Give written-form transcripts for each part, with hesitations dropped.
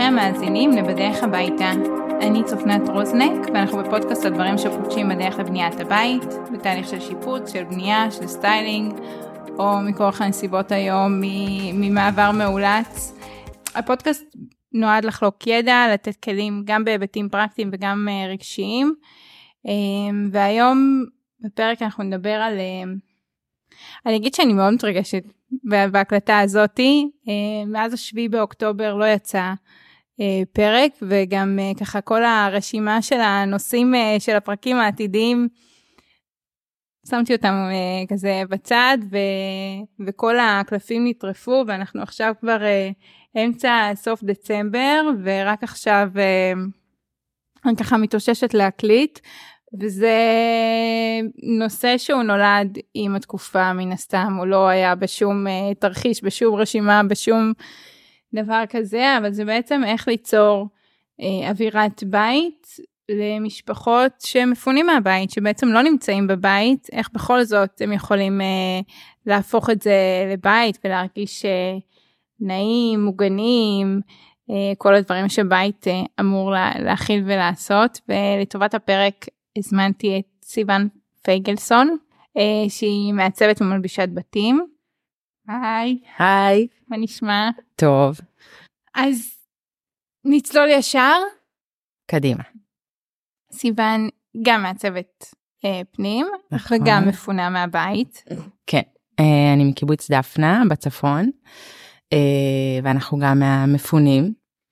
לכם מאזינים לבדרך הביתה. אני צופנת רוזנק, ואנחנו בפודקאסט על דברים שפוגשים בדרך לבניית הבית, בתהליך של שיפוץ, של בנייה, של סטיילינג, או מכורח הנסיבות היום, ממעבר מאולץ. הפודקאסט נועד לחלוק ידע, לתת כלים גם בהיבטים פרקטיים וגם רגשיים, והיום בפרק אנחנו נדבר על... אני אגיד שאני מאוד מתרגשת בהקלטה הזאת, מאז השביעי באוקטובר לא יצא פרק, וגם ככה כל הרשימה של הנושאים של הפרקים העתידיים, שמתי אותם כזה בצד, וכל הקלפים נטרפו, ואנחנו עכשיו כבר אמצע סוף דצמבר, ורק עכשיו אני ככה מתאוששת להקליט, וזה נושא שהוא נולד עם התקופה מן הסתם, הוא לא היה בשום תרחיש, בשום רשימה, בשום דבר כזה, אבל זה בעצם איך ליצור אווירת בית למשפחות שמפונים מהבית, שבעצם לא נמצאים בבית, איך בכל זאת הם יכולים להפוך את זה לבית ולהרגיש נעים, מוגנים, כל הדברים שבית אמור להכיל ולעשות, ולטובת הפרק הזמנתי את סיוון פייגלסון, שהיא מעצבת ומלבישת בתים. היי. היי. מה נשמע? טוב. אז נצלול ישר. קדימה. סיוון גם מעצבת פנים, נכון. וגם מפונה מהבית. כן. אני מקיבוץ דפנה בצפון, ואנחנו גם מהמפונים.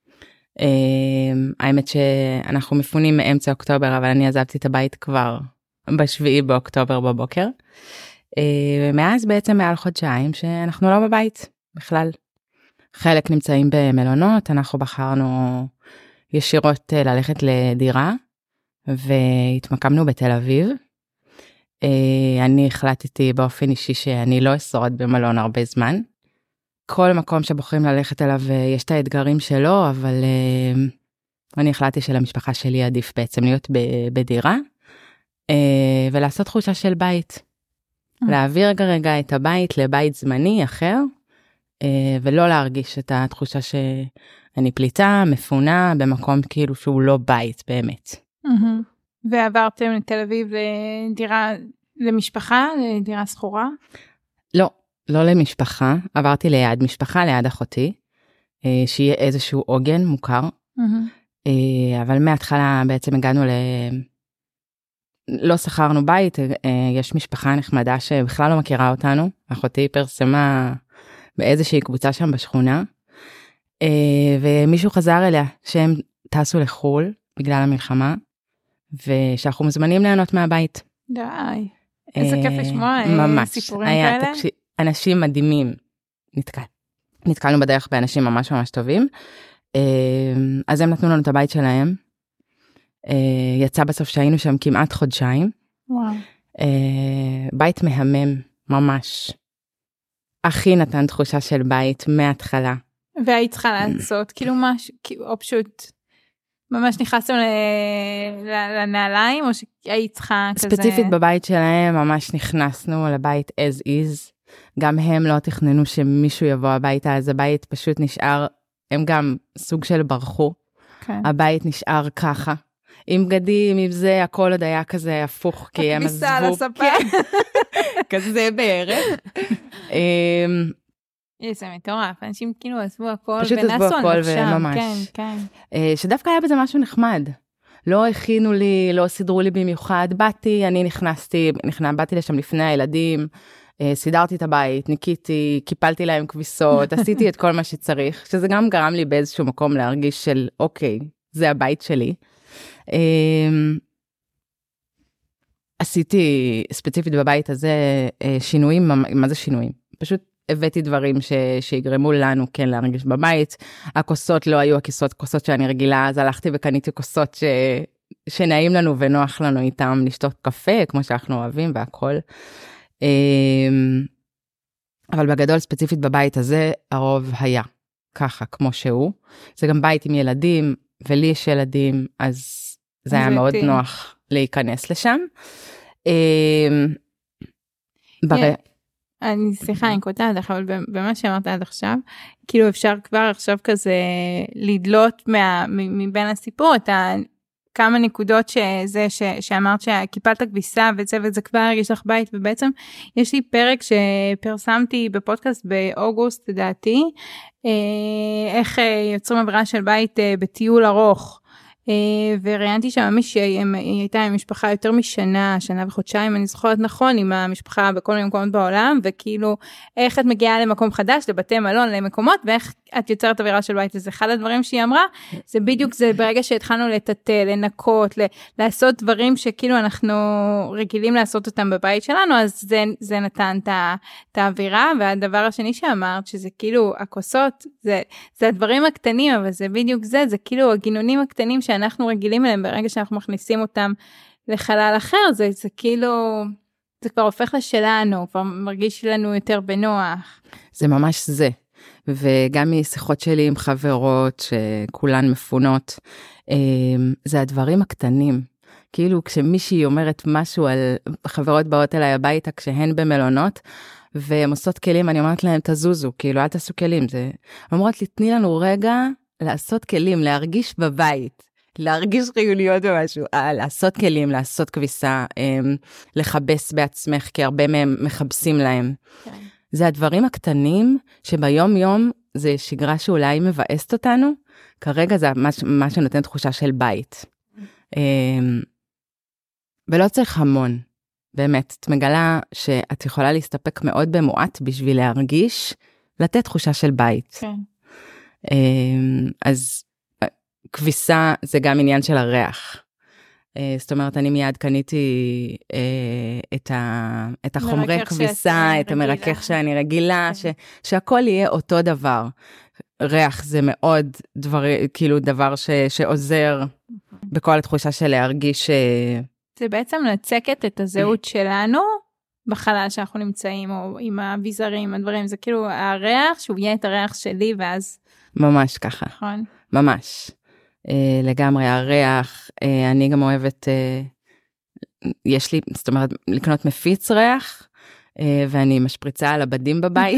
האמת שאנחנו מפונים מאמצע אוקטובר, אבל אני עזבתי את הבית כבר בשביעי באוקטובר בבוקר. ומאז בעצם מעל חודשיים שאנחנו לא בבית בכלל. חלק נמצאים במלונות, אנחנו בחרנו ישירות ללכת לדירה, והתמקמנו בתל אביב. אני החלטתי באופן אישי שאני לא אשרוד במלון הרבה זמן. כל מקום שבוחרים ללכת אליו יש את האתגרים שלו, אבל אני החלטתי שלמשפחה שלי עדיף בעצם להיות בדירה, ולעשות תחושה של בית. להעביר רגע את הבית לבית זמני אחר, ולא להרגיש את התחושה שאני פליטה, מפונה, במקום כאילו שהוא לא בית באמת. ועברתם לתל אביב לדירה, למשפחה, לדירה סחורה? לא למשפחה, עברתי ליד משפחה, ליד אחותי, שיהיה איזשהו עוגן מוכר, אבל מההתחלה בעצם הגענו לא שכרנו בית, יש משפחה נחמדה שבכלל לא מכירה אותנו, אחותי פרסמה באיזושהי קבוצה שם בשכונה, ומישהו חזר אליה שהם טסו לחול בגלל המלחמה, ושאנחנו מזמנים ליהנות מהבית. די, איזה כיף לשמוע סיפורים כאלה. אנשים מדהימים, נתקלנו בדרך באנשים ממש ממש טובים, אז הם נתנו לנו את הבית שלהם, יצא בסוף שהיינו שם כמעט חודשיים, וואו. בית מהמם ממש, הכי נתן תחושה של בית מההתחלה. והיית צריכה לעשות, כאילו משהו, או פשוט ממש נכנסתם לנעליים, או שהיית צריכה כזה... ספציפית בבית שלהם ממש נכנסנו לבית as is, גם הם לא תכננו שמישהו יבוא הביתה, אז הבית פשוט נשאר, הם גם סוג של ברחו, הבית נשאר ככה, עם בגדים, עם זה, הכל עוד היה כזה הפוך, כי הם עזבו. הכניסה על הספה. כזה בערך. זה מטורף, אנשים כאילו עזבו הכל, פשוט עזבו הכל וממש. כן. שדווקא היה בזה משהו נחמד. לא הכינו לי, לא סידרו לי במיוחד, אני באתי לשם לפני הילדים, סידרתי את הבית, ניקיתי, קיפלתי להם כביסות, עשיתי את כל מה שצריך, שזה גם גרם לי באיזשהו מקום להרגיש של, אוקיי, זה הבית שלי. עשיתי ספציפית בבית הזה שינויים, מה זה שינויים? פשוט הבאתי דברים שיגרמו לנו כן להרגיש בבית, הכוסות לא היו כוסות שאני רגילה, אז הלכתי וקניתי כוסות שנעים לנו ונוח לנו איתם לשתות קפה, כמו שאנחנו אוהבים והכל. אבל בגדול ספציפית בבית הזה הרוב היה ככה כמו שהוא, זה גם בית עם ילדים ולי יש ילדים, אז זה היה מאוד נוח להיכנס לשם. סליחה, אני קוטעת לך, אבל במה שאמרת עד עכשיו, כאילו אפשר כבר עכשיו כזה לדלות מבין הסיפור, את כמה נקודות שאמרת שקיפלת כביסה וזה כבר הרגיש לך בית, ובעצם יש לי פרק שפרסמתי בפודקאסט באוגוסט, לדעתי, איך יוצרים עבירה של בית בטיול ארוך, וראיינתי שם מישהי, היא הייתה עם משפחה יותר משנה, שנה וחודשיים, אני זוכרת נכון, עם המשפחה בכל מיני מקומות בעולם, וכאילו, איך את מגיעה למקום חדש, לבתי מלון, למקומות, ואיך את יוצרת אווירה של בית. אז אחד הדברים שהיא אמרה, זה בדיוק זה ברגע שהתחלנו לטטל, לנקות, לעשות דברים שכאילו אנחנו רגילים לעשות אותם בבית שלנו, אז זה נתן את האווירה, והדבר השני שאמרת, שזה כאילו הכוסות, זה הדברים הקטנים, אבל זה בדיוק זה כאילו הגינונים הקטנים שאנחנו רגילים אליהם, ברגע שאנחנו מכניסים אותם לחלל אחר, זה כאילו, זה כבר הופך לשלנו, כבר מרגיש לנו יותר בנוח. זה ממש זה. וגם משיחות שלי עם חברות שכולן מפונות, זה הדברים הקטנים. כאילו כשמישהי אומרת משהו על חברות באות אליי הביתה, כשהן במלונות, והן עושות כלים, אני אומרת להם, תזוזו, כאילו אל תעשו כלים. אומרות לי, תני לנו רגע לעשות כלים, להרגיש בבית, להרגיש חיוניות במשהו, לעשות כלים, לעשות כביסה, לחבס בעצמך, כי הרבה מהם מחבסים להם. כן. זה הדברים הקטנים שביום יום זה שגרה שאולי מבאסת אותנו, כרגע זה מה שנותן תחושה של בית. ולא צריך המון, באמת, את מגלה שאת יכולה להסתפק מאוד במועט בשביל להרגיש, לתת תחושה של בית. כן. אז כביסה זה גם עניין של הריח. זאת אומרת, אני מיד קניתי את החומרי כביסה, את המרכך שאני רגילה, שהכל יהיה אותו דבר. ריח זה מאוד כאילו דבר שעוזר בכל התחושה של להרגיש. זה בעצם לצקת את הזהות שלנו בחלל שאנחנו נמצאים, או עם האביזרים, הדברים, זה כאילו הריח, שהוא יהיה את הריח שלי, ואז... ממש ככה. נכון. ממש. לגמרי הריח, אני גם אוהבת, יש לי, זאת אומרת, לקנות מפיץ ריח, ואני משפריצה על הבדים בבית,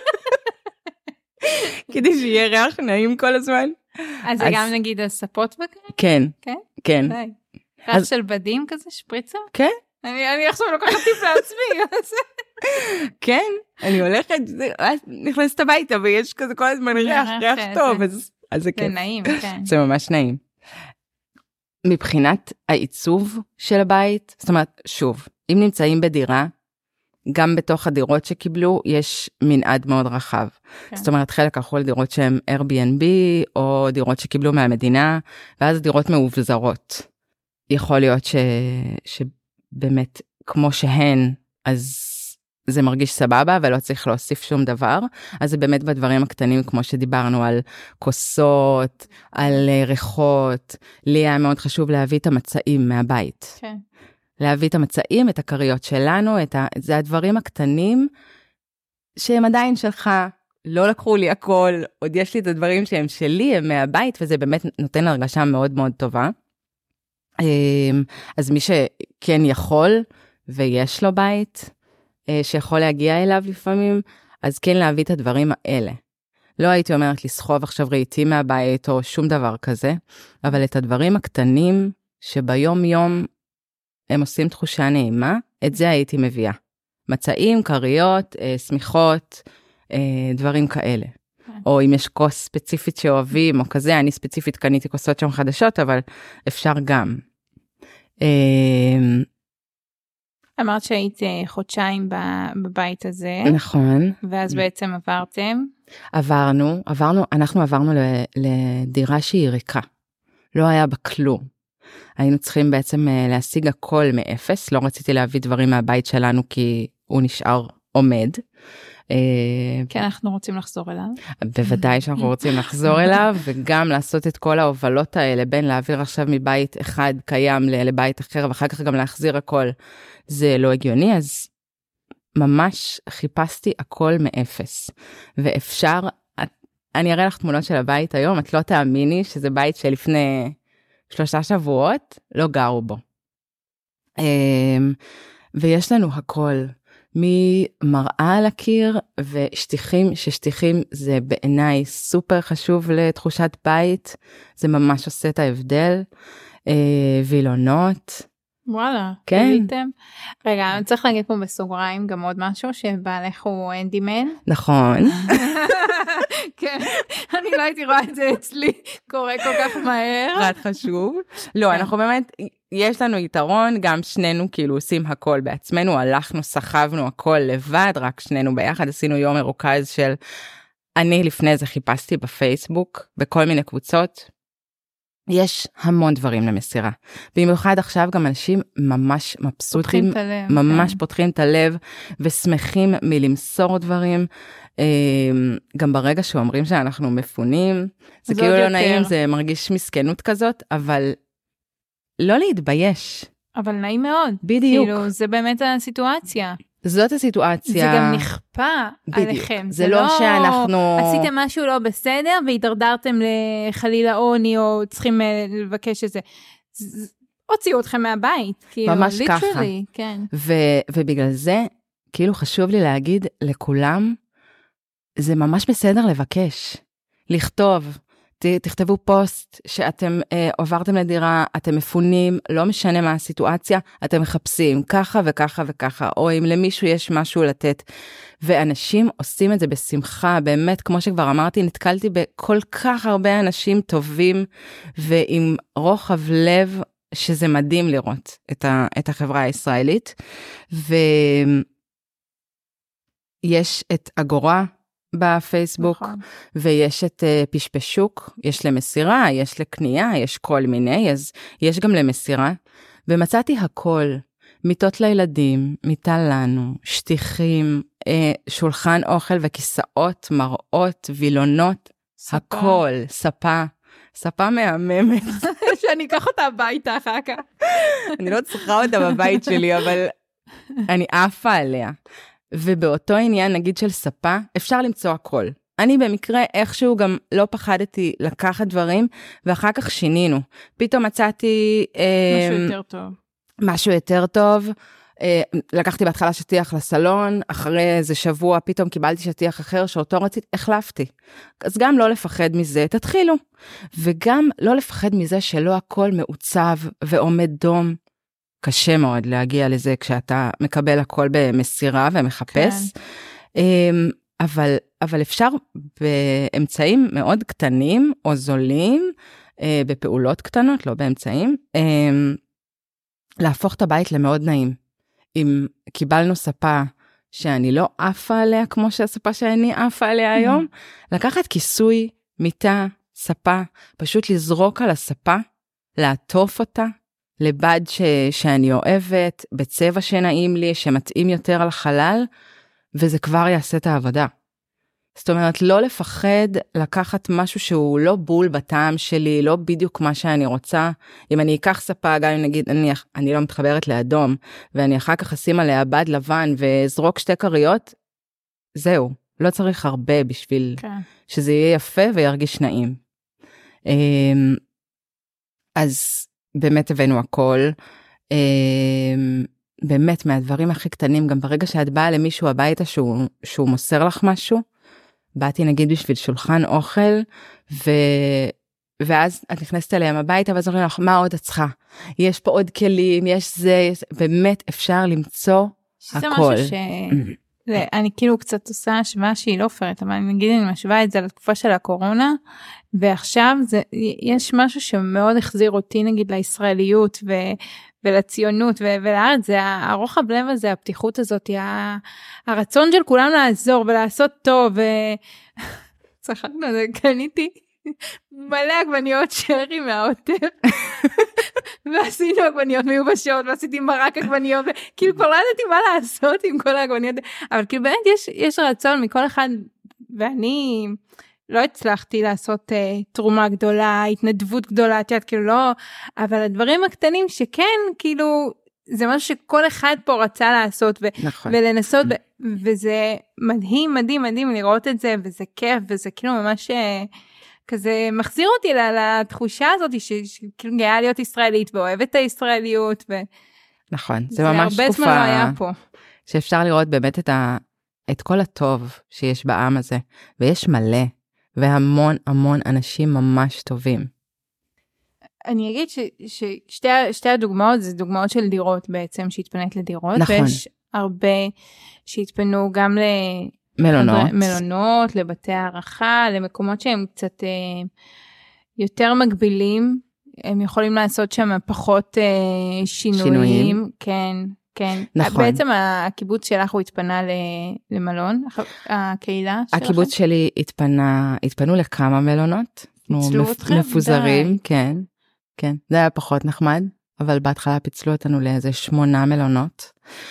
כדי שיהיה ריח נעים כל הזמן. אז זה גם נגיד הספות וכאלה? כן, כן. ריח של בדים כזה, שפריצה? כן. אני עכשיו לוקחת טיפ לעצמי. כן, אני הולכת, נכנסת הביתה, ויש כזה כל הזמן ריח טוב, אז זה כיף. זה נעים, כן. זה ממש נעים. מבחינת העיצוב של הבית, זאת אומרת, שוב, אם נמצאים בדירה, גם בתוך הדירות שקיבלו, יש מנעד מאוד רחב. כן. זאת אומרת, חלק הלכו לדירות שהן Airbnb, או דירות שקיבלו מהמדינה, ואז דירות מאובזרות. יכול להיות שבאמת, כמו שהן, אז זה מרגיש סבבה, ולא צריך להוסיף שום דבר. אז זה באמת בדברים הקטנים, כמו שדיברנו על כוסות, על ריחות. לי היה מאוד חשוב להביא את המצעים מהבית. כן. להביא את המצעים, את הקריות שלנו, זה הדברים הקטנים, שהם עדיין שלך, לא לקחו לי הכל, עוד יש לי את הדברים שהם שלי, הם מהבית, וזה באמת נותן הרגשה מאוד מאוד טובה. אז מי שכן יכול, ויש לו בית, שיכול להגיע אליו לפעמים, אז כן להביא את הדברים האלה. לא הייתי אומרת לסחוב עכשיו רהיטים מהבית, או שום דבר כזה, אבל את הדברים הקטנים, שביום יום הם עושים תחושה נעימה, את זה הייתי מביאה. מצעים, קריות, סמיכות, דברים כאלה. או אם יש כוס ספציפית שאוהבים, או כזה, אני ספציפית קניתי כוסות שם חדשות, אבל אפשר גם. אמרת שהיית חודשיים בבית הזה. נכון. ואז בעצם עברתם? אנחנו עברנו לדירה שהיא ריקה. לא היה בה כלום. היינו צריכים בעצם להשיג הכל מאפס, לא רציתי להביא דברים מהבית שלנו כי הוא נשאר עומד. כן, אנחנו רוצים לחזור אליו. בוודאי שאנחנו רוצים לחזור אליו, וגם לעשות את כל ההובלות האלה, בין להעביר עכשיו מבית אחד קיים לבית אחר, ואחר כך גם להחזיר הכל, זה לא הגיוני, אז ממש חיפשתי הכל מאפס. ואפשר, אני אראה לך תמונות של הבית היום, את לא תאמיני שזה בית שלפני 3 שבועות לא גרו בו. ויש לנו הכל, ממראה על הקיר ושטיחים, ששטיחים זה בעיניי סופר חשוב לתחושת בית, זה ממש עושה את ההבדל, וילונות. וואלה, כן. גיליתם? רגע, אני צריך להגיד פה בסוגריים גם עוד משהו, שבעלך הוא אנדימן. נכון. כן, אני לא הייתי רואה את זה אצלי, קורה כל כך מהר. פרט חשוב. לא, אנחנו באמת, יש לנו יתרון, גם שנינו כאילו עושים הכל בעצמנו, הלכנו, סחבנו הכל לבד, רק שנינו ביחד, עשינו יום מרוכז של, אני לפני זה חיפשתי בפייסבוק, בכל מיני קבוצות, יש המון דברים למסירה. במיוחד עכשיו גם אנשים ממש מבסוטים, ממש פותחים את הלב, ושמחים מלמסור דברים, גם ברגע שאומרים שאנחנו מפונים, זה כאילו לא נעים, זה מרגיש מסכנות כזאת, אבל לא להתבייש. אבל נעים מאוד. בדיוק. כאילו, זה באמת הסיטואציה. זאת הסיטואציה. זה גם נכפה עליכם. זה לא שאנחנו... עשיתם משהו לא בסדר, והתדרדרתם לחלילה עוני, או צריכים לבקש את זה. הוציאו אתכם מהבית. ממש ככה. כן. ובגלל זה, כאילו חשוב לי להגיד לכולם, זה ממש בסדר לבקש. לכתוב. תכתבו פוסט שאתם עברתם לדירה, אתם מפונים, לא משנה מה הסיטואציה, אתם מחפשים ככה וככה וככה, או אם למישהו יש משהו לתת, ואנשים עושים את זה בשמחה, באמת, כמו שכבר אמרתי, נתקלתי בכל כך הרבה אנשים טובים, ועם רוחב לב, שזה מדהים לראות את החברה הישראלית, ויש את אגורה, בפייסבוק, נכון. ויש את פשפשוק, יש למסירה, יש לקנייה, יש כל מיני, אז יש גם למסירה, ומצאתי הכל, מיטות לילדים, מיטה לנו, שטיחים, שולחן אוכל וכיסאות, מראות, וילונות, ספה. הכל, ספה מהממת. שאני אקח אותה הביתה אחר כך. אני לא צריכה אותה בבית שלי, אבל אני עפה עליה. ובאותו עניין, נגיד של ספה, אפשר למצוא הכל. אני במקרה איכשהו גם לא פחדתי לקחת דברים, ואחר כך שינינו. פתאום מצאתי... משהו יותר טוב. משהו יותר טוב. לקחתי בהתחלה שטיח לסלון, אחרי איזה שבוע פתאום קיבלתי שטיח אחר, שאותו רציתי, החלפתי. אז גם לא לפחד מזה, תתחילו. וגם לא לפחד מזה שלא הכל מעוצב ועומד דום. קשה מאוד להגיע לזה כשאתה מקבל הכל במסירה ומחפש, כן. אבל אפשר באמצעים מאוד קטנים או זולים, בפעולות קטנות, לא באמצעים, להפוך את הבית למאוד נעים. אם קיבלנו ספה שאני לא עפה עליה כמו שהספה שאני עפה עליה היום, לקחת כיסוי, מיטה, ספה, פשוט לזרוק על הספה, לעטוף אותה, לבד שאני אוהבת, בצבע שנעים לי, שמתאים יותר על החלל, וזה כבר יעשה את העבודה. זאת אומרת, לא לפחד לקחת משהו שהוא לא בול בטעם שלי, לא בדיוק מה שאני רוצה. אם אני אקח ספה, גם אם נגיד, אני לא מתחברת לאדום, ואני אחר כך אשים עליה בד לבן, וזרוק שתי קריות, זהו. לא צריך הרבה בשביל שזה יהיה יפה וירגיש נעים. אז... באמת הבאנו הכל, באמת מהדברים הכי קטנים, גם ברגע שאת באה למישהו הביתה שהוא מוסר לך משהו, באתי נגיד בשביל שולחן אוכל, ואז את נכנסת אליהם הביתה, ואז אומרים לך, מה עוד את צריכה? יש פה עוד כלים, יש זה, באמת אפשר למצוא הכל. שזה משהו אני כאילו קצת עושה השוואה שהיא לא פרט, אבל נגיד אני משוואה את זה לתקופה של הקורונה, ועכשיו יש משהו שמאוד החזיר אותי נגיד לישראליות ולציונות ולארץ, זה הרוחב לב הזה, הפתיחות הזאת, הרצון של כולם לעזור ולעשות טוב, צחקנו, קניתי מלא עגבניות שרי מהעוטף, ועשינו עגבניות מיובשות, ועשיתי מרק עגבניות, כאילו כבר לא ידעתי מה לעשות עם כל העגבניות, אבל כאילו באמת יש רצון מכל אחד, ואני לא הצלחתי לעשות תרומה גדולה, התנדבות גדולה, כאילו לא, אבל הדברים הקטנים שכן, כאילו, זה משהו שכל אחד פה רצה לעשות, ולנסות, וזה מדהים, מדהים, מדהים לראות את זה, וזה כיף, וזה כאילו ממש... כזה מחזיר אותי לתחושה הזאת שכאילו גאה להיות ישראלית ואוהבת את הישראליות. נכון, זה ממש תקופה. הרבה זמן לא היה פה. שאפשר לראות באמת את כל הטוב שיש בעם הזה, ויש מלא, והמון המון אנשים ממש טובים. אני אגיד ששתי הדוגמאות, זה דוגמאות של דירות בעצם, שהתפנית לדירות, נכון. ויש הרבה שהתפנו גם מלונות, לבתי הערכה, למקומות שהם קצת יותר מגבילים, הם יכולים לעשות שם פחות שינויים. כן, כן. נכון. בעצם הקיבוץ שלך הוא התפנה למלון, הקהילה שלכם? הקיבוץ שלי התפנו לכמה מלונות. פיצלו אתכם? מפוזרים, כן. כן, זה היה פחות נחמד, אבל בהתחלה פיצלו אותנו לאיזה 8 מלונות.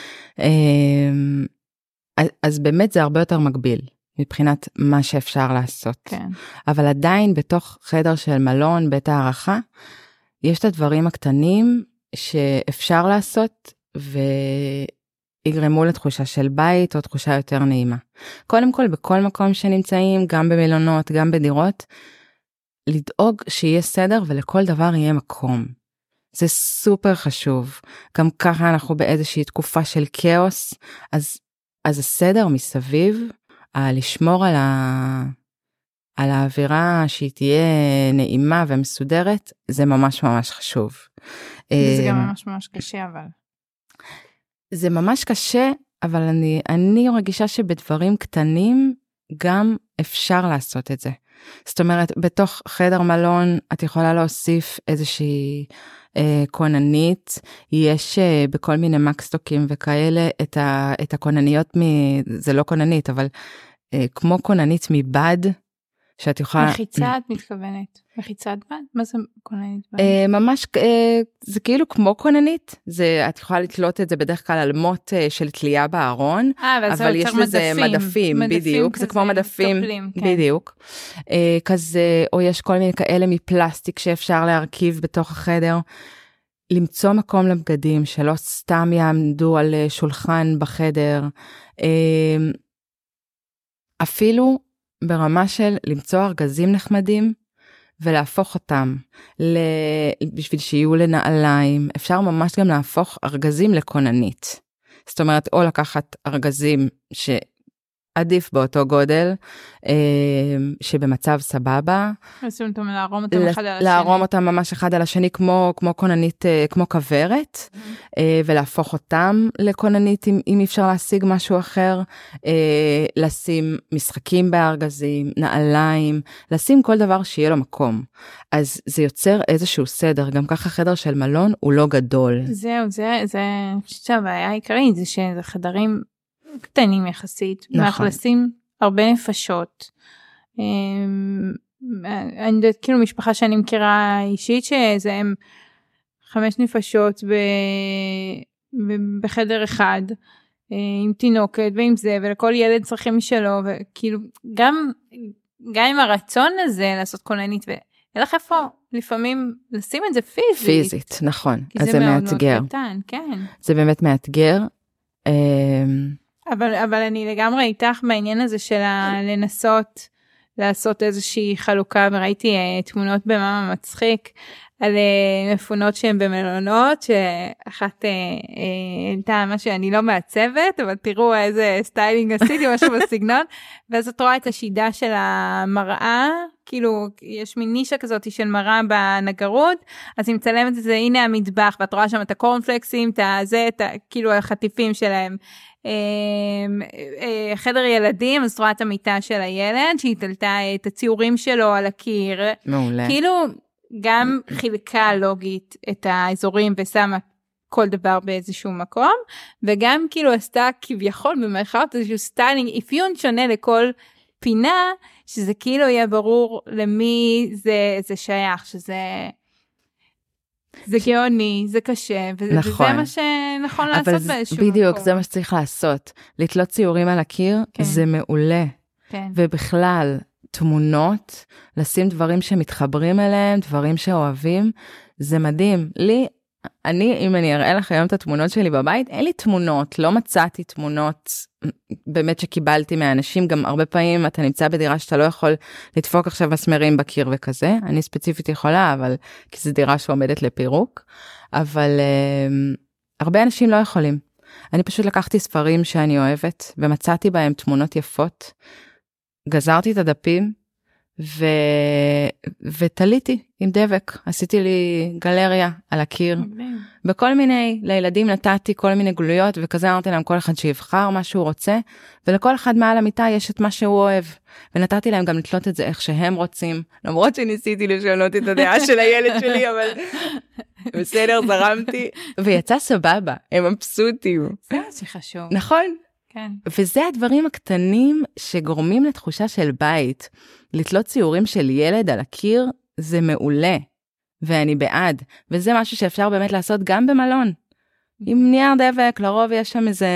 אז באמת זה הרבה יותר מגביל, מבחינת מה שאפשר לעשות. כן. אבל עדיין בתוך חדר של מלון, בית הערכה, יש את הדברים הקטנים שאפשר לעשות, ויגרמו לתחושה של בית, או תחושה יותר נעימה. קודם כל, בכל מקום שנמצאים, גם במלונות, גם בדירות, לדאוג שיהיה סדר ולכל דבר יהיה מקום. זה סופר חשוב. גם ככה אנחנו באיזושהי תקופה של כאוס, אז הסדר מסביב, לשמור על האווירה שהיא תהיה נעימה ומסודרת, זה ממש ממש חשוב. זה גם ממש ממש קשה אבל. זה ממש קשה, אבל אני רגישה שבדברים קטנים גם אפשר לעשות את זה. זאת אומרת, בתוך חדר מלון את יכולה להוסיף איזושהי כוננית, יש בכל מיני מקסטוקים וכאלה את הכונניות, זה לא כוננית, אבל כמו כוננית מבד, שאת יכולה... מחיצה את מתכוונת? מחיצת בד? מה זה כוננית בד? ממש, זה כאילו כמו כוננית, את יכולה לתלות את זה בדרך כלל על מוט של תלייה בארון, אבל יש לזה מדפים, בדיוק, זה כמו מדפים, בדיוק, כזה, או יש כל מיני כאלה מפלסטיק שאפשר להרכיב בתוך החדר, למצוא מקום לבגדים, שלא סתם יעמדו על שולחן בחדר, אפילו ברמה של למצוא ארגזים נחמדים, ולהפוך אותם, בשביל שיהיו לנעליים, אפשר ממש גם להפוך ארגזים לכוננית. זאת אומרת, או לקחת ארגזים שעדיף באותו גודל, שבמצב סבבה. לשים אותם, להרום אותם אחד על השני. להרום אותם ממש אחד על השני, כמו כוננית, כמו כברת, ולהפוך אותם לכוננית, אם אפשר להשיג משהו אחר, לשים משחקים בארגזים, נעליים, לשים כל דבר שיהיה לו מקום. אז זה יוצר איזשהו סדר, גם ככה חדר של מלון הוא לא גדול. זהו, זה הבעיה העיקרית, זה שזה חדרים קטנים יחסית, נכון. מאכלסים הרבה נפשות. אני יודעת, כאילו משפחה שאני מכירה אישית, שזה הם 5 נפשות בחדר אחד, עם תינוקת ועם זה, ולכל ילד צרכים משלו, וכאילו גם עם הרצון הזה לעשות כוננית, ואין לך איפה לפעמים לשים את זה פיזית. פיזית, נכון. אז זה מאתגר. קטן, כן. זה באמת מאתגר. אבל אני לגמרי איתך בעניין הזה של לנסות לעשות איזושהי חלוקה, וראיתי תמונות במאמה מצחיק, על מפונות שהן במלונות, שאחת העלתה משהו, אני לא מעצבת, אבל תראו איזה סטיילינג עשיתי, משהו בסגנון, ואז את רואה את השידה של המראה, כאילו יש מין נישה כזאת של מראה בנגרות, אז היא מצלמת את זה, הנה המטבח, ואת רואה שם את הקורנפלקסים, כאילו החטיפים שלהם, חדר ילדים, אז רואה את המיטה של הילד, שהיא תלתה את הציורים שלו על הקיר, מעולה. כאילו גם חילקה לוגית את האזורים ושמה כל דבר באיזשהו מקום, וגם כאילו עשתה כביכול במרכאות איזשהו סטיילינג, אפיון שונה לכל פינה, שזה כאילו יהיה ברור למי זה שייך, שזה... זה גאוני, זה קשה, וזה מה שנכון לעשות באיזשהו מקום. בדיוק, זה מה שצריך לעשות. לתלות ציורים על הקיר, זה מעולה. ובכלל, תמונות, לשים דברים שמתחברים אליהם, דברים שאוהבים, זה מדהים. אם אני אראה לך היום את התמונות שלי בבית, אין לי תמונות, לא מצאתי תמונות באמת שקיבלתי מהאנשים, גם הרבה פעמים אתה נמצא בדירה שאתה לא יכול לדפוק עכשיו מסמרים בקיר וכזה, אני ספציפית יכולה, אבל כי זו דירה שעומדת לפירוק, אבל הרבה אנשים לא יכולים. אני פשוט לקחתי ספרים שאני אוהבת, ומצאתי בהם תמונות יפות, גזרתי את הדפים, ותליתי עם דבק, עשיתי לי גלריה על הקיר, בכל מיני, לילדים נתתי כל מיני גלויות, וכזה אמרתי להם כל אחד שיבחר מה שהוא רוצה, ולכל אחד מעל המיטה יש את מה שהוא אוהב, ונתתי להם גם לתלות את זה איך שהם רוצים, למרות שניסיתי לשנות את הדעה של הילד שלי, אבל בסדר, זרמתי, ויצא סבבה, הם מבסוטים. זה מה שחשוב. נכון? כן. וזה הדברים הקטנים שגורמים לתחושה של בית. לתלות ציורים של ילד על הקיר זה מעולה, ואני בעד. וזה משהו שאפשר באמת לעשות גם במלון. עם נייר דבק, לרוב יש שם איזה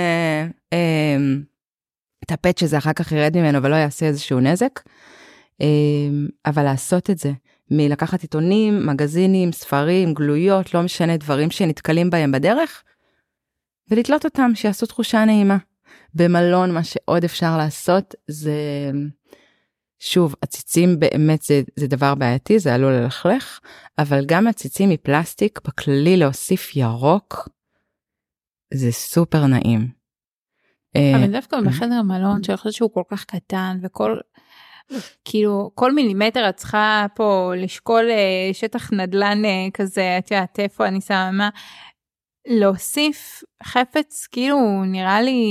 טפט שזה אחר כך ירד ממנו ולא יעשה איזשהו נזק. אבל לעשות את זה, מלקחת עיתונים, מגזינים, ספרים, גלויות, לא משנה דברים שנתקלים בהם בדרך, ולתלות אותם שיעשו תחושה נעימה. במלון מה שעוד אפשר לעשות זה, שוב, הציצים באמת זה דבר בעייתי, זה עלול ללכלך, אבל גם הציצים מפלסטיק, בכללי להוסיף ירוק, זה סופר נעים. אבל דווקא בחדר מלון, שאני חושבת שהוא כל כך קטן, וכל, כאילו, כל מילימטר את צריכה פה לשקול שטח נדלן כזה, את יודעת, איפה אני שמה מה, להוסיף חפץ, כאילו, נראה לי,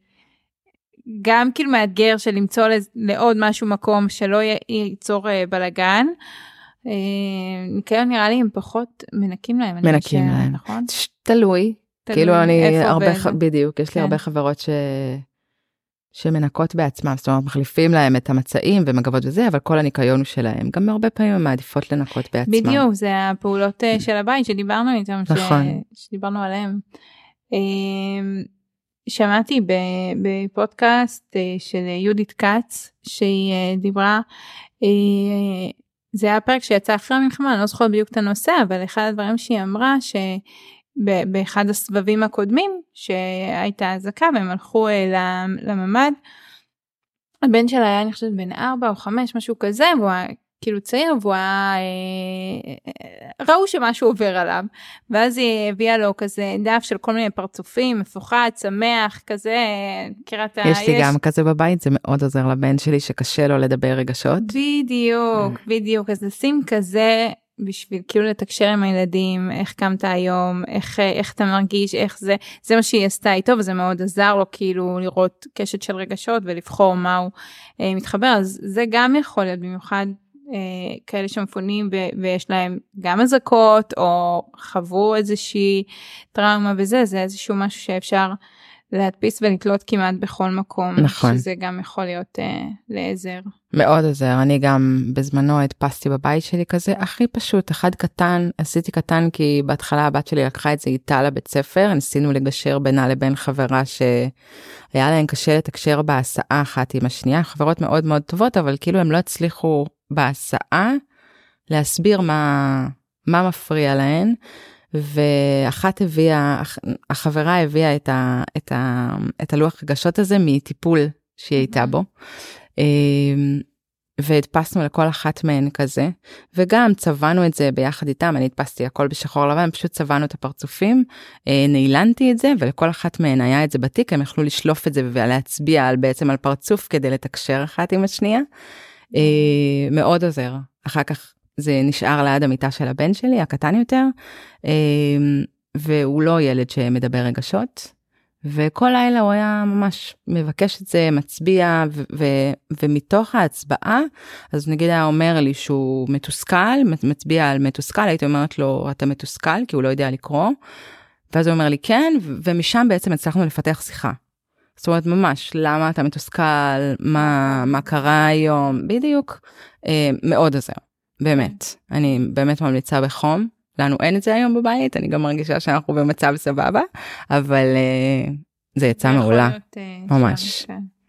גם כאילו מאתגר של למצוא לעוד משהו מקום שלא ייצור בלגן. ניקיון נראה לי הם פחות מנקים להם. מנקים להם. נכון? תלוי. כאילו אני הרבה, בדיוק, יש לי הרבה חברות שמנקות בעצמם, זאת אומרת, מחליפים להם את המצעים ומגבות וזה, אבל כל הניקיון הוא שלהם. גם הרבה פעמים הם מעדיפות לנקות בעצמם. בדיוק, זה הפעולות של הבית שדיברנו איתם. נכון. שדיברנו עליהם. שמעתי בפודקאסט של יהודית קץ, שהיא דיברה, זה היה פרק שיצא אחרי המלחמה, אני לא זוכרת בדיוק את הנושא, אבל אחד הדברים שהיא אמרה, שבאחד הסבבים הקודמים, שהייתה אזעקה, והם הלכו לממד, הבן שלה היה אני חושבת בין 4 או 5, משהו כזה, והוא היה כאילו צעיר, והוא היה, ראו שמשהו עובר עליו, ואז היא הביאה לו כזה דף של כל מיני פרצופים, מפוחד, שמח, כזה, יש לי גם כזה בבית, זה מאוד עוזר לבן שלי שקשה לו לדבר רגשות. בדיוק, אז נשים כזה, בשביל כאילו לתקשר עם הילדים, איך קמת היום, איך אתה מרגיש, איך זה מה שהיא עשתה איתו, וזה מאוד עזר לו כאילו לראות קשת של רגשות, ולבחור מה הוא מתחבר, אז זה גם יכול להיות במיוחד, כאלה שמפונים ויש להם גם אזעקות או חוו איזושהי טראומה וזה, זה איזשהו משהו שאפשר להדפיס ולתלות כמעט בכל מקום. נכון. שזה גם יכול להיות לעזר. מאוד עזר, אני גם בזמנו הדפסתי בבית שלי כזה, הכי פשוט, אחד קטן, עשיתי קטן כי בהתחלה הבת שלי לקחה את זה איתה לבית ספר, ניסינו לגשר בינה לבין חברה שהיה להן קשה לתקשר בהסעה אחת עם השנייה, חברות מאוד מאוד טובות, אבל כאילו הם לא הצליחו בהסעה להסביר מה מפריע להן, ואחת הביאה, החברה הביאה את הלוח רגשות הזה מטיפול שהיא הייתה בו, והדפסנו לכל אחת מהן כזה, וגם צבענו את זה ביחד איתם, אני הדפסתי הכל בשחור לבן, פשוט צבענו את הפרצופים, נעילנתי את זה, ולכל אחת מהן היה את זה בתיק, הם יכלו לשלוף את זה ולהצביע בעצם על פרצוף, כדי לתקשר אחת עם השנייה, מאוד עוזר. אחר כך זה נשאר ליד המיטה של הבן שלי, הקטן יותר, והוא לא ילד שמדבר רגשות, וכל לילה הוא היה ממש מבקש את זה, מצביע, ומתוך ההצבעה, אז נגיד היה אומר לי שהוא מתוסכל, מצביע על מתוסכל, הייתי אומרת לו, אתה מתוסכל, כי הוא לא יודע לקרוא, ואז הוא אומר לי כן, ומשם בעצם הצלחנו לפתח שיחה. זאת אומרת ממש, למה אתה מתוסכל, מה קרה היום, בדיוק, מאוד עזר, באמת, אני באמת ממליצה בחום, לנו אין את זה היום בבית, אני גם מרגישה שאנחנו במצב סבבה, אבל זה יצא מעולה, ממש.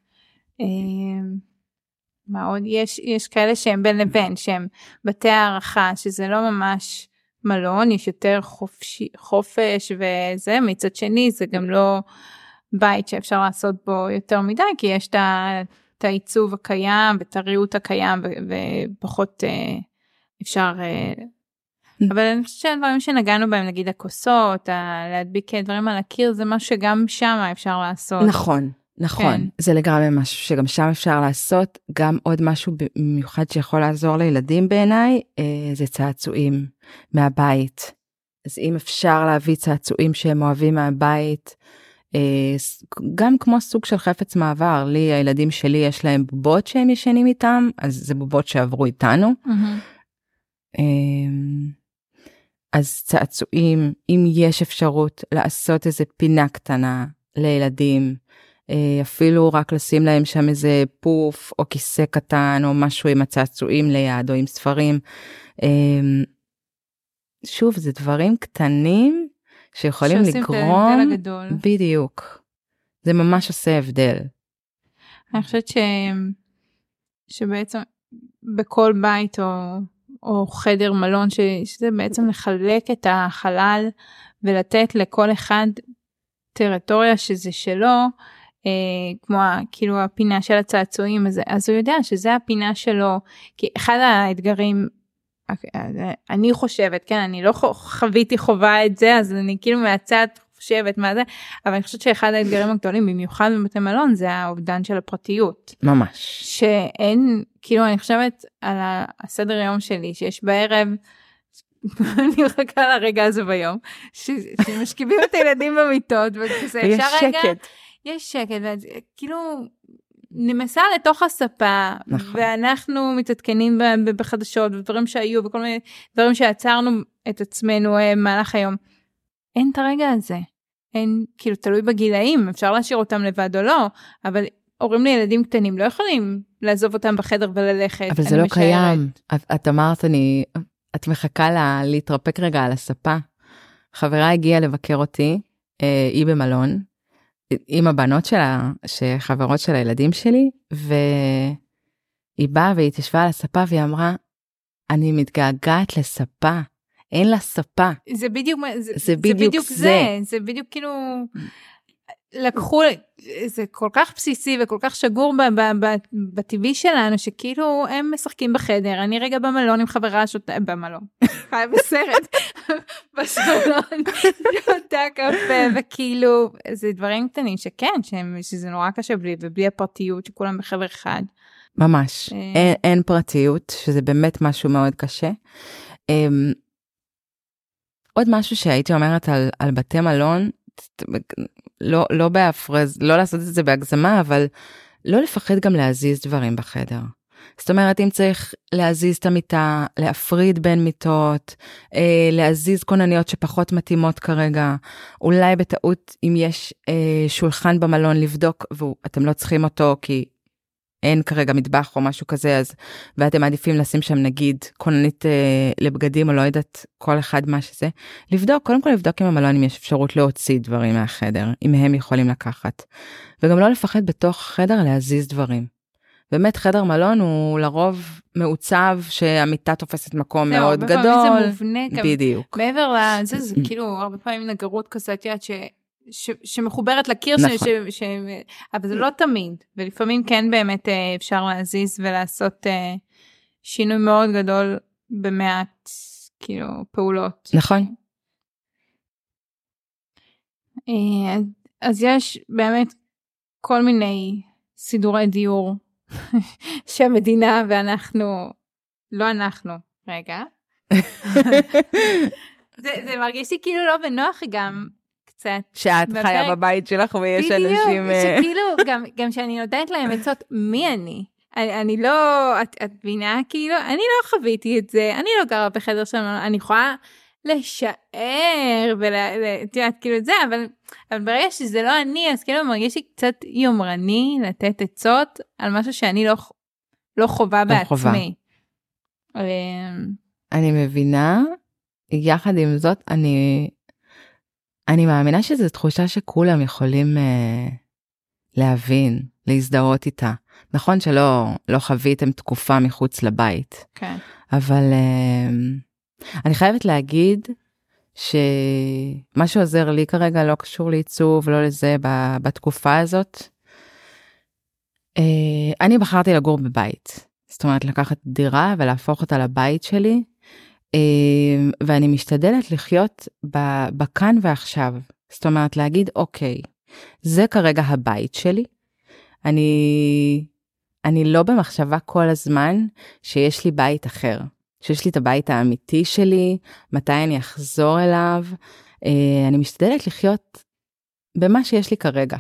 מה עוד? יש כאלה שהם בין לבין, שהם בתי הערכה, שזה לא ממש מלון, יש יותר חופש וזה, מצד שני זה גם לא בית שאפשר לעשות בו יותר מדי, כי יש את העיצוב הקיים, ואת הריהוט הקיים, ופחות אפשר אבל אני חושבת שהדברים שנגענו בהם, נגיד הכוסות, להדביק דברים על הקיר, זה משהו שגם שם אפשר לעשות. נכון. נכון, זה לגמרי משהו שגם שם אפשר לעשות, גם עוד משהו במיוחד שיכול לעזור לילדים בעיניי, זה צעצועים מהבית. אז אם אפשר להביא צעצועים שהם אוהבים מהבית, גם כמו סוג של חפץ מעבר, לי, הילדים שלי יש להם בובות שהם ישנים איתם, אז זה בובות שעברו איתנו. אז צעצועים, אם יש אפשרות לעשות איזה פינה קטנה לילדים, אפילו רק לשים להם שם איזה פוף או כיסא קטן או משהו עם הצעצועים ליד או עם ספרים. שוב, זה דברים קטנים שיכולים לגרום. שעושים את ההבדל הגדול. בדיוק. זה ממש עושה הבדל. אני חושבת שבעצם בכל בית או חדר מלון, שזה בעצם לחלק את החלל ולתת לכל אחד טריטוריה שזה שלו, כמו כאילו הפינה של הצעצועים, אז הוא יודע שזה הפינה שלו, כי אחד האתגרים, אני חושבת, כן, אני לא חוויתי חובה את זה, אז אני כאילו מהצד חושבת מה זה, אבל אני חושבת שאחד האתגרים הגדולים, במיוחד בבתי מלון, זה האובדן של הפרטיות. ממש. שאין, כאילו אני חושבת על הסדר יום שלי, שיש בערב, אני מחכה לרגע הזה ביום, שמשכיבים את הילדים במיטות, ויש שקט. יש שקט, כאילו נמסה לתוך הספה, ואנחנו מתעדכנים בחדשות, ודברים שהיו, וכל מיני דברים שעצרנו את עצמנו במהלך היום. אין את הרגע הזה. אין, כאילו תלוי בגילאים, אפשר להשאיר אותם לבד או לא, אבל הורים לילדים קטנים לא יכולים לעזוב אותם בחדר וללכת. אבל זה לא קיים. את אמרת, את מחכה להתרפק רגע על הספה. חברה הגיעה לבקר אותי, היא במלון, עם הבנות שלה, שחברות של הילדים שלי, והיא באה והיא תשבה על הספה, והיא אמרה, אני מתגעגעת לספה, אין לה ספה. זה בדיוק זה. זה בדיוק כאילו, לקחו, זה כל כך בסיסי וכל כך שגור בטבעי שלנו, שכאילו הם משחקים בחדר, אני רגע במלון עם חברה שותה, במלון, חי בסרט, בסלון, שותה קפה, וכאילו, זה דברים קטנים שכן, שזה נורא קשה בלי, ובלי הפרטיות שכולם בחבר אחד. ממש, אין פרטיות, שזה באמת משהו מאוד קשה. עוד משהו שהייתי אומרת על בתי מלון, לא בהפרז, לא לעשות את זה בהגזמה, אבל לא לפחד גם להזיז דברים בחדר. זאת אומרת, אם צריך להזיז את המיטה, להפריד בין מיטות, להזיז כונניות שפחות מתאימות כרגע, אולי בטעות אם יש שולחן במלון לבדוק, ואתם לא צריכים אותו כי אין כרגע מטבח או משהו כזה, אז, ואתם מעדיפים לשים שם נגיד כוננית לבגדים או לא יודעת כל אחד מה שזה, לבדוק, קודם כל לבדוק עם המלון אם יש אפשרות להוציא דברים מהחדר, אם הם יכולים לקחת, וגם לא לפחד בתוך החדר להזיז דברים. באמת חדר מלון הוא לרוב מעוצב שהמיטה תופסת מקום מאוד גדול. זה מובנה, בדיוק. מעבר לזה, זה כאילו הרבה פעמים נגרות כזאת יד שמחוברת לקיר, אבל זה לא תמיד, ולפעמים כן באמת אפשר להזיז ולעשות שינוי מאוד גדול במעט כאילו פעולות. נכון. אז יש באמת כל מיני סידורי דיור שהמדינה ואנחנו, לא אנחנו, רגע. זה מרגיש לי כאילו לא בנוח גם, שאת חיה בבית שלך ויש אנשים... שכאילו, גם שאני נותנת להם עצות, מי אני? אני לא, את בינה כאילו, אני לא חוויתי את זה, אני לא גרה בחדר שלנו, אני יכולה לשער, ולתיאת כאילו את זה, אבל ברגע שזה לא אני, אז כאילו מרגיש לי קצת יומרני לתת עצות, על משהו שאני לא חובה בעצמי. אני מבינה, יחד עם זאת, אני מאמינה שזו תחושה שכולם יכולים להבין, להזדהות איתה. נכון שלא חוויתם תקופה מחוץ לבית. כן. אבל אני חייבת להגיד שמה שעוזר לי כרגע לא קשור לעיצוב, לא לזה בתקופה הזאת. אני בחרתי לגור בבית. זאת אומרת, לקחת דירה ולהפוך אותה לבית שלי. ואני משתדלת לחיות בכאן ועכשיו. זאת אומרת, להגיד, אוקיי, זה כרגע הבית שלי. אני לא במחשבה כל הזמן שיש לי בית אחר. שיש לי את הבית האמיתי שלי, מתי אני אחזור אליו. אני משתדלת לחיות במה שיש לי כרגע.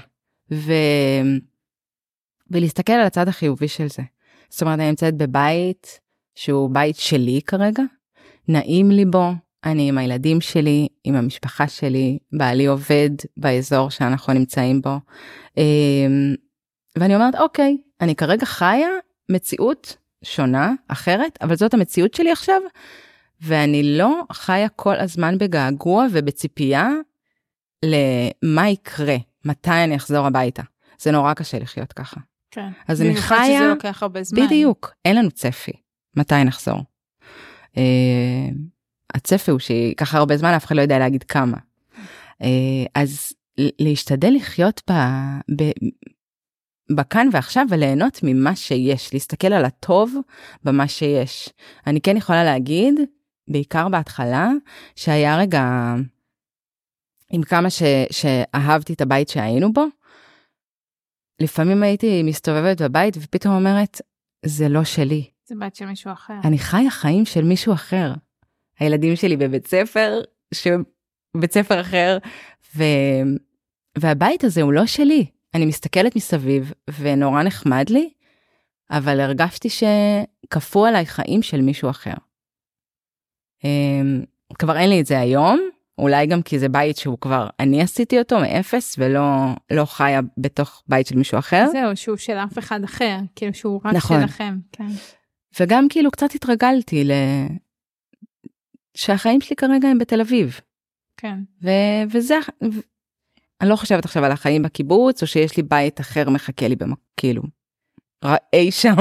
ולהסתכל על הצד החיובי של זה. זאת אומרת, אני נמצאת בבית שהוא בית שלי כרגע, נעים לי בו, אני עם הילדים שלי, עם המשפחה שלי, בעלי עובד באזור שאנחנו נמצאים בו, ואני אומרת, אוקיי, אני כרגע חיה מציאות שונה, אחרת, אבל זאת המציאות שלי עכשיו, ואני לא חיה כל הזמן בגעגוע ובציפייה למה יקרה, מתי אני אחזור הביתה. זה נורא קשה לחיות ככה. כן. אז אני חיה, שזה לוקח הרבה זמן. בדיוק, אין לנו צפי, מתי נחזור. הצפי הוא שככה הרבה זמן, אף אחד לא יודע להגיד כמה. אז להשתדל לחיות בכאן ועכשיו, וליהנות ממה שיש, להסתכל על הטוב במה שיש. אני כן יכולה להגיד, בעיקר בהתחלה, שהיה רגע, עם כמה שאהבתי את הבית שהיינו בו, לפעמים הייתי מסתובבת בבית, ופתאום אומרת, זה לא שלי. זה בית של מישהו אחר. אני חיה חיים של מישהו אחר. הילדים שלי בבית ספר, בית ספר אחר, והבית הזה הוא לא שלי. אני מסתכלת מסביב, ונורא נחמד לי, אבל הרגשתי שכפו עליי חיים של מישהו אחר. כבר אין לי את זה היום, אולי גם כי זה בית שהוא כבר, אני עשיתי אותו מאפס, ולא חיה בתוך בית של מישהו אחר. זהו, שהוא של אף אחד אחר, כאילו שהוא רק נכון. שלכם. כן. וגם כאילו קצת התרגלתי שהחיים שלי כרגע הם בתל אביב. כן. וזה, אני לא חושבת עכשיו על החיים בקיבוץ, או שיש לי בית אחר מחכה לי כאילו, אי שם.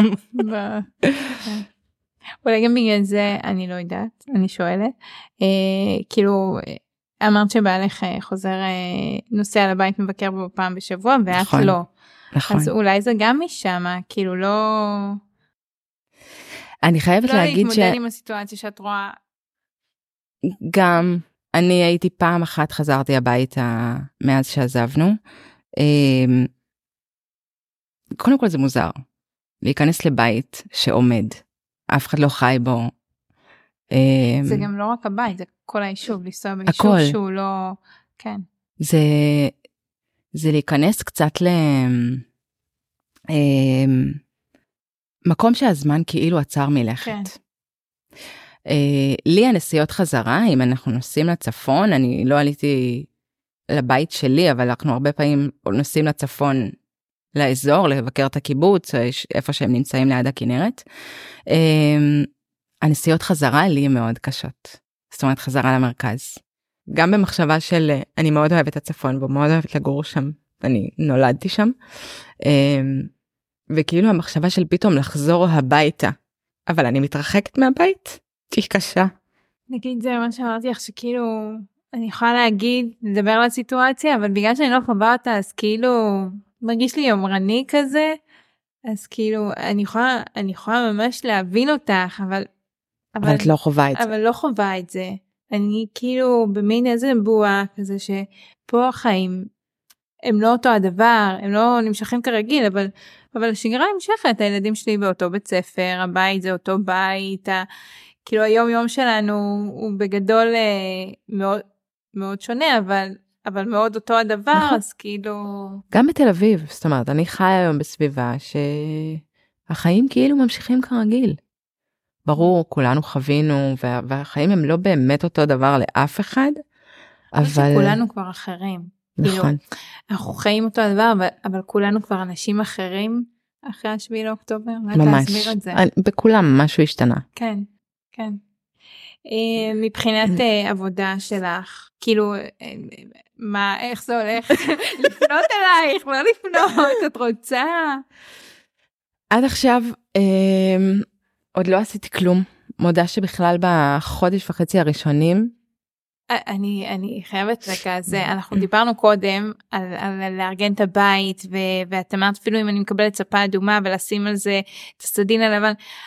אולי גם בגלל זה, אני לא יודעת, אני שואלת, כאילו, אמרת שבעלך חוזר, נוסע לבית מבקר בו פעם בשבוע, ואת נכון, לא. נכון. אז אולי זה גם משם, כאילו לא... אני חייבת להגיד לא להתמודד עם הסיטואציה שאת רואה. גם, אני הייתי פעם אחת חזרתי הביתה מאז שעזבנו. קודם כל זה מוזר, להיכנס לבית שעומד. אף אחד לא חי בו. זה גם לא רק הבית, זה כל היישוב, לנסוע ביישוב שהוא לא, כן. זה להיכנס קצת מקום שהזמן כאילו עצר מלכת. כן. לי הנסיעות חזרה, אם אנחנו נוסעים לצפון, אני לא עליתי לבית שלי, אבל אנחנו הרבה פעמים נוסעים לצפון, לאזור, לבקר את הקיבוץ, איפה שהם נמצאים ליד הכנרת. הנסיעות חזרה לי מאוד קשות. זאת אומרת, חזרה למרכז. גם במחשבה של, אני מאוד אוהבת את הצפון, ומאוד אוהבת לגור שם. אני נולדתי שם. וכאילו המחשבה של פתאום לחזור הביתה. אבל אני מתרחקת מהבית. היא קשה. נגיד זה מה שאמרתי לך, שכאילו, אני יכולה להגיד, לדבר על הסיטואציה, אבל בגלל שאני לא חווה אותה, אז כאילו... מרגיש לי יומרני כזה, אז כאילו, אני יכולה ממש להבין אותך, אבל את לא חווה את זה. אבל לא חווה את זה. אני כאילו במין איזה בועה כזה, שפה החיים, הם לא אותו הדבר, הם לא נמשכים כרגיל, אבל השגרה נמשכת, הילדים שלי באותו בית ספר, הבית זה אותו בית, כאילו היום יום שלנו הוא בגדול מאוד, מאוד שונה, אבל מאוד אותו הדבר, נכון. אז כאילו... גם בתל אביב, זאת אומרת, אני חיה היום בסביבה שהחיים כאילו ממשיכים כרגיל. ברור, כולנו חווינו, והחיים הם לא באמת אותו דבר לאף אחד, אבל... שכולנו כבר אחרים. נכון. כאילו, אנחנו חיים אותו הדבר, אבל כולנו כבר אנשים אחרים, אחרי 7 לאוקטובר. ממש. בכולם משהו השתנה. כן, כן. מבחינת עבודה שלך, כאילו, איך זה הולך? לפנות אלייך, לא לפנות, את רוצה? עד עכשיו, עוד לא עשיתי כלום. מודה שבכלל בחודש וחצי הראשונים. אני חייבת רגע, אנחנו דיברנו קודם על לארגן את הבית, ואת אמרת אפילו אם אני מקבלת ספה אדומה, ולשים על זה את הסדין הלבן,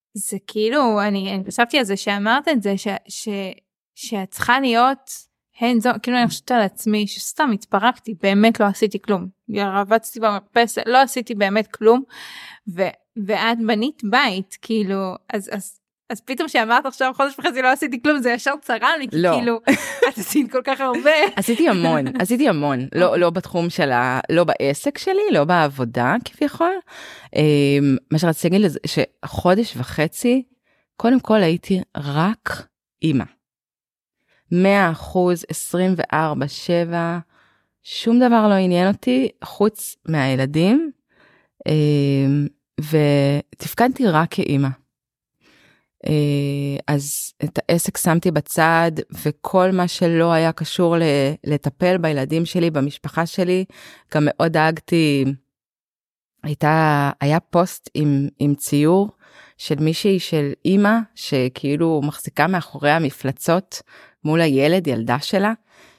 זה כאילו, אני חשבתי על זה שאמרת את זה, שאת צריכה להיות, כאילו אני חושבת על עצמי, שסתם התפרקתי, באמת לא עשיתי כלום. רבצתי במרפסת, לא עשיתי באמת כלום, ואת בנית בית, כאילו, אז פתאום שאמרת עכשיו חודש וחצי לא עשיתי כלום, זה ישר צרה לי, לא. כאילו, את עשית כל כך הרבה. עשיתי המון, לא בתחום שלה, לא בעסק שלי, לא בעבודה כביכול. מה שרציתי להגיד לזה, שחודש וחצי, קודם כל הייתי רק אימא. 100%, 24/7, שום דבר לא עניין אותי, חוץ מהילדים, ותפקדתי רק כאימא. אז את העסק שמתי בצד, וכל מה שלא היה קשור לטפל בילדים שלי, במשפחה שלי, גם מאוד דאגתי, היה פוסט עם ציור של מישהי של אימא, שכאילו מחזיקה מאחורי המפלצות, מול הילד, ילדה שלה,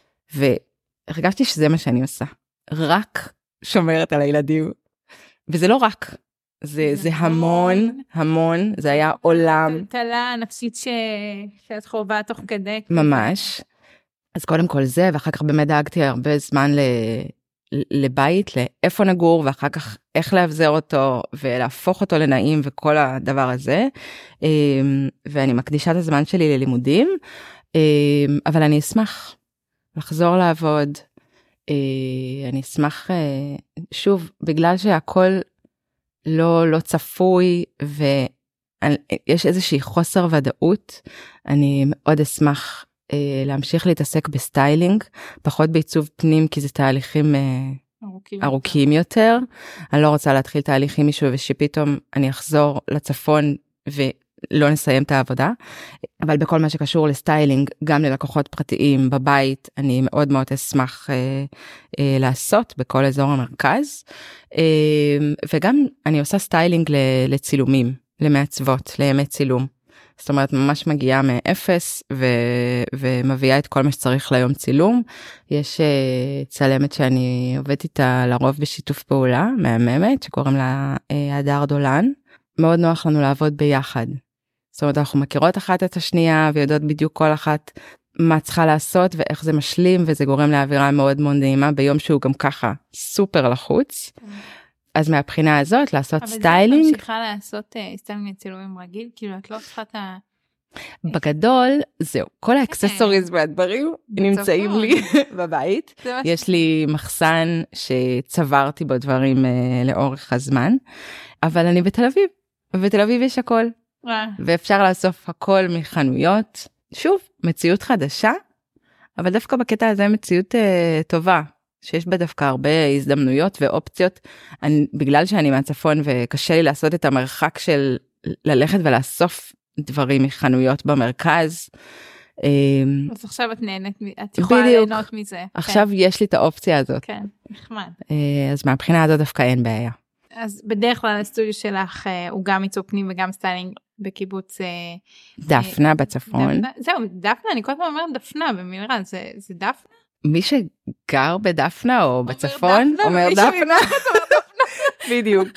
והרגשתי שזה מה שאני עושה. רק שומרת על הילדים. וזה לא רק. זה המון, זה היה עולם. טלטלה נפשית שאת חובה תוך כדי. ממש. אז קודם כל זה, ואחר כך באמת דאגתי הרבה זמן לבית, לאיפה נגור, ואחר כך איך להבזר אותו, ולהפוך אותו לנעים, וכל הדבר הזה. ואני מקדישה את הזמן שלי ללימודים, אבל אני אשמח לחזור לעבוד. אני אשמח, שוב, בגלל שהכל לא צפוי, ויש איזושהי חוסר ודאות, אני מאוד אשמח להמשיך להתעסק בסטיילינג, פחות בעיצוב פנים, כי זה תהליכים ארוכים יותר. אני לא רוצה להתחיל תהליך עם מישהו, ושפתאום אני אחזור לצפון, ולא נסיים את העבודה. אבל בכל מה שקשור לסטיילינג, גם ללקוחות פרטיים בבית, אני מאוד מאוד אשמח לעשות בכל אזור המרכז. וגם אני עושה סטיילינג לצילומים, למעצבות, לימי צילום. זאת אומרת, ממש מגיעה מאפס, ומביאה את כל מה שצריך ליום צילום. יש צלמת שאני עובדת איתה לרוב בשיתוף פעולה, מהממת, שקוראים לה הדר דולן. מאוד נוח לנו לעבוד ביחד. זאת אומרת, אנחנו מכירות אחת את השנייה, ויודעות בדיוק כל אחת מה צריכה לעשות, ואיך זה משלים, וזה גורם לאווירה מאוד מאוד נעימה, ביום שהוא גם ככה סופר לחוץ. אז מהבחינה הזאת, לעשות סטיילינג. אבל זה ממשיכה לעשות סטיילינג לצילומים רגיל, כאילו את לא צריכה את ה... בגדול, זהו, כל האקססוריז והדברים נמצאים לי בבית. יש לי מחסן שצברתי בו דברים לאורך הזמן, אבל אני בתל אביב, ובתל אביב יש הכל. ואפשר לאסוף הכל מחנויות. שוב, מציאות חדשה, אבל דווקא בקטע הזה מציאות טובה, שיש בה דווקא הרבה הזדמנויות ואופציות. בגלל שאני מהצפון וקשה לי לעשות את המרחק של ללכת ולאסוף דברים מחנויות במרכז. אז עכשיו את נהנית, את יכולה ליהנות מזה. עכשיו יש לי את האופציה הזאת. כן, נחמד. אז מהבחינה הזאת דווקא אין בעיה. אז בדרך כלל הסטודיו שלך הוא גם עיצוב פנים וגם סטיילינג בקיבוץ דפנה בצפון. זהו, דפנה, אני כל הזמן אומרת דפנה במילרן, זה דפנה? מי שגר בדפנה או בצפון אומר דפנה. בדיוק.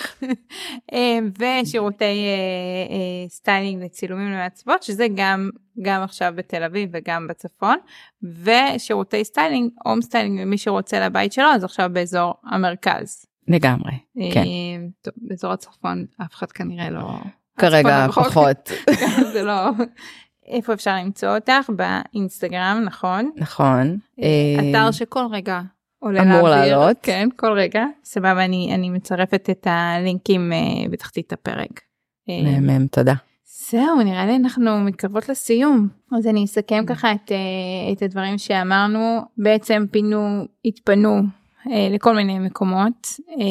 ושירותי סטיילינג וצילומים למעצבות, שזה גם עכשיו בתל אביב וגם בצפון, ושירותי סטיילינג, הום סטיילינג, למי שרוצה לבית שלו, אז עכשיו באזור המרכז. לגמרי, כן. טוב, באזור הצפון, אף אחד כנראה לא... כרגע פחות. זה לא... איפה אפשר למצוא אותך? באינסטגרם, נכון? נכון. אתר שכל רגע עולה אמור לעלות. כן, כל רגע. סבבה, אני מצרפת את הלינקים בתחתית הפרק. מהמם, תודה. זהו, נראה לי אנחנו מתקרבות לסיום. אז אני אסכם ככה את הדברים שאמרנו. בעצם התפנו לכל מיני מקומות,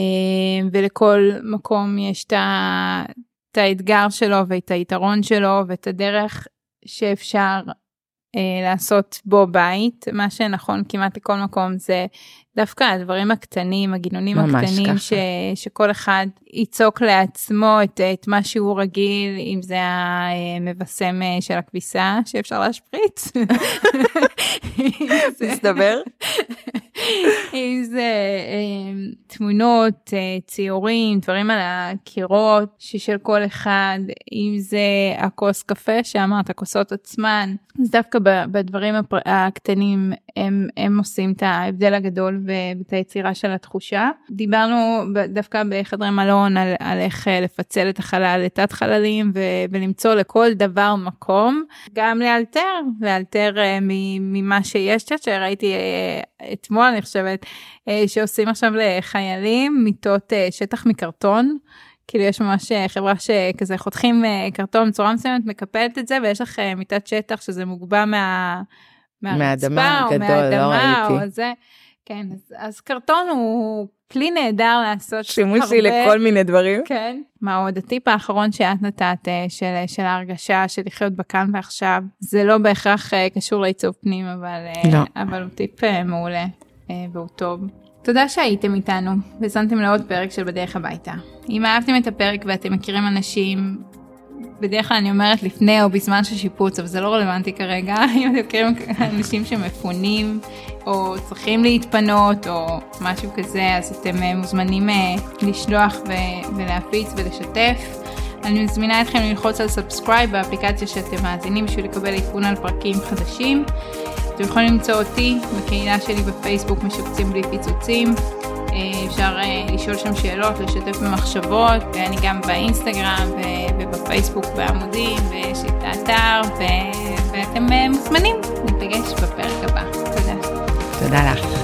ולכל מקום יש את האתגר שלו ואת היתרון שלו ואת הדרך שאפשר לעשות בו בית. מה שנכון כמעט לכל מקום זה דווקא הדברים הקטנים, הגינונים הקטנים שכל אחד ייצוק לעצמו את מה שהוא רגיל, אם זה המבשם של הכביסה שאפשר להשפריץ. מסתבר. אם זה תמונות, ציורים, דברים על הקירות של כל אחד, אם זה הכוס קפה שאמרת, הכוסות עצמן, אז דווקא בדברים הקטנים הם עושים את ההבדל הגדול ואת היצירה של התחושה. דיברנו דווקא בחדרי מלון על איך לפצל את החלל לתת חללים ולמצוא לכל דבר מקום, גם לאלתר ממה שיש, שראיתי אתמול אני חושבת שעושים עכשיו לחיילים מיטות שטח מקרטון, כאילו יש ממש חברה שכזה חותכים קרטון בצורה מסוימת, מקפלת את זה ויש לך מיטת שטח שזה מוגבה מהאדמה או מהאדמה או זה. כן, אז קרטון הוא כלי נהדר לעשות שימושי לכל מיני דברים. כן. מה עוד? הטיפ האחרון שאת נתת של ההרגשה של לחיות בכאן ועכשיו, זה לא בהכרח קשור לעיצוב פנים, אבל הוא טיפ מעולה והוא טוב. תודה שהייתם איתנו וזנתם לעוד פרק של בדרך הביתה. אם אהבתם את הפרק ואתם מכירים אנשים, בדרך כלל אני אומרת לפני או בזמן של שיפוץ, אבל זה לא רלוונטי כרגע, אם אתם מכירים אנשים שמפונים או צריכים להתפנות או משהו כזה, אז אתם מוזמנים לשלוח ולהפיץ ולשתף. אני מזמינה אתכם ללחוץ על סאבסקרייב באפליקציה שאתם מאזינים בשביל לקבל עדכון על פרקים חדשים. אתם יכולים למצוא אותי בקהילה שלי בפייסבוק משפצים בלי פיצוצים, אפשר לשאול שם שאלות, לשתף במחשבות, ואני גם באינסטגרם ובפייסבוק בעמודים, ויש את האתר, ואתם מוזמנים להיפגש בפרק הבא. תודה. תודה לך.